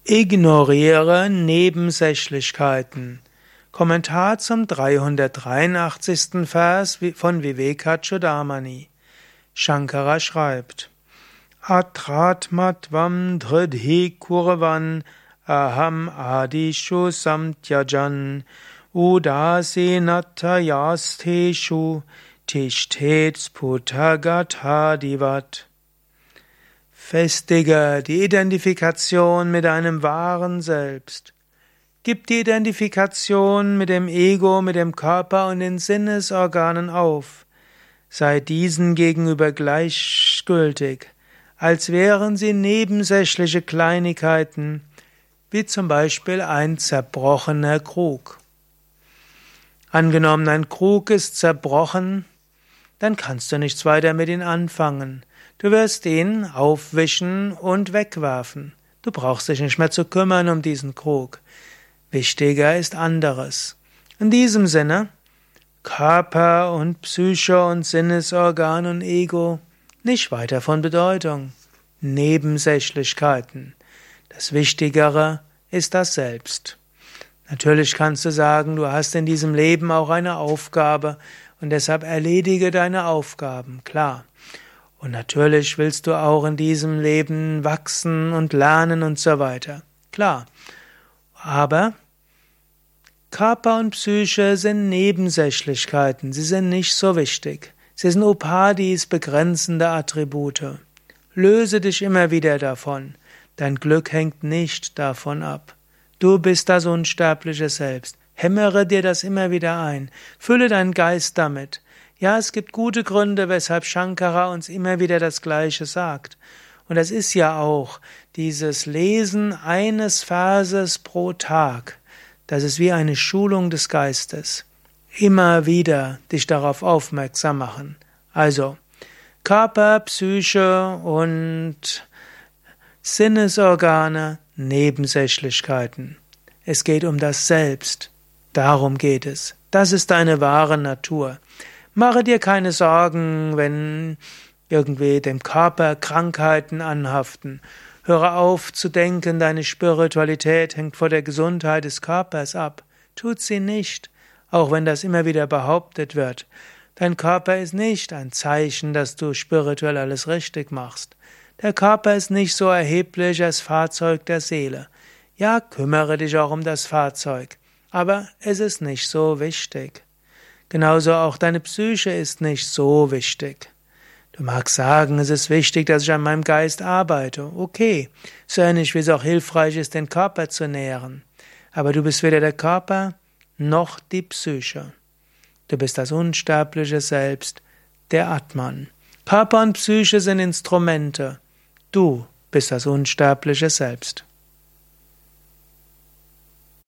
Ignoriere Nebensächlichkeiten. Kommentar zum 383. Vers von Vivekachudamani. Shankara schreibt: Atratmatvam dridhi kurvan aham adishu samtyajan udasinatayasteshu tishtet sputagatadivat. Festige die Identifikation mit deinem wahren Selbst. Gib die Identifikation mit dem Ego, mit dem Körper und den Sinnesorganen auf. Sei diesen gegenüber gleichgültig, als wären sie nebensächliche Kleinigkeiten, wie zum Beispiel ein zerbrochener Krug. Angenommen, ein Krug ist zerbrochen, dann kannst du nichts weiter mit ihm anfangen. Du wirst ihn aufwischen und wegwerfen. Du brauchst dich nicht mehr zu kümmern um diesen Krug. Wichtiger ist anderes. In diesem Sinne, Körper und Psyche und Sinnesorgan und Ego nicht weiter von Bedeutung. Nebensächlichkeiten. Das Wichtigere ist das Selbst. Natürlich kannst du sagen, du hast in diesem Leben auch eine Aufgabe und deshalb erledige deine Aufgaben, klar. Und natürlich willst du auch in diesem Leben wachsen und lernen und so weiter. Klar. Aber Körper und Psyche sind Nebensächlichkeiten. Sie sind nicht so wichtig. Sie sind Upadis, begrenzende Attribute. Löse dich immer wieder davon. Dein Glück hängt nicht davon ab. Du bist das unsterbliche Selbst. Hämmere dir das immer wieder ein. Fülle deinen Geist damit. Ja, es gibt gute Gründe, weshalb Shankara uns immer wieder das Gleiche sagt. Und das ist ja auch dieses Lesen eines Verses pro Tag. Das ist wie eine Schulung des Geistes. Immer wieder dich darauf aufmerksam machen. Also, Körper, Psyche und Sinnesorgane, Nebensächlichkeiten. Es geht um das Selbst. Darum geht es. Das ist deine wahre Natur. Mache dir keine Sorgen, wenn irgendwie dem Körper Krankheiten anhaften. Höre auf zu denken, deine Spiritualität hängt von der Gesundheit des Körpers ab. Tut sie nicht, auch wenn das immer wieder behauptet wird. Dein Körper ist nicht ein Zeichen, dass du spirituell alles richtig machst. Der Körper ist nicht so erheblich als Fahrzeug der Seele. Ja, kümmere dich auch um das Fahrzeug, aber es ist nicht so wichtig. Genauso auch deine Psyche ist nicht so wichtig. Du magst sagen, es ist wichtig, dass ich an meinem Geist arbeite. Okay, so ähnlich wie es auch hilfreich ist, den Körper zu nähren. Aber du bist weder der Körper noch die Psyche. Du bist das unsterbliche Selbst, der Atman. Körper und Psyche sind Instrumente. Du bist das unsterbliche Selbst.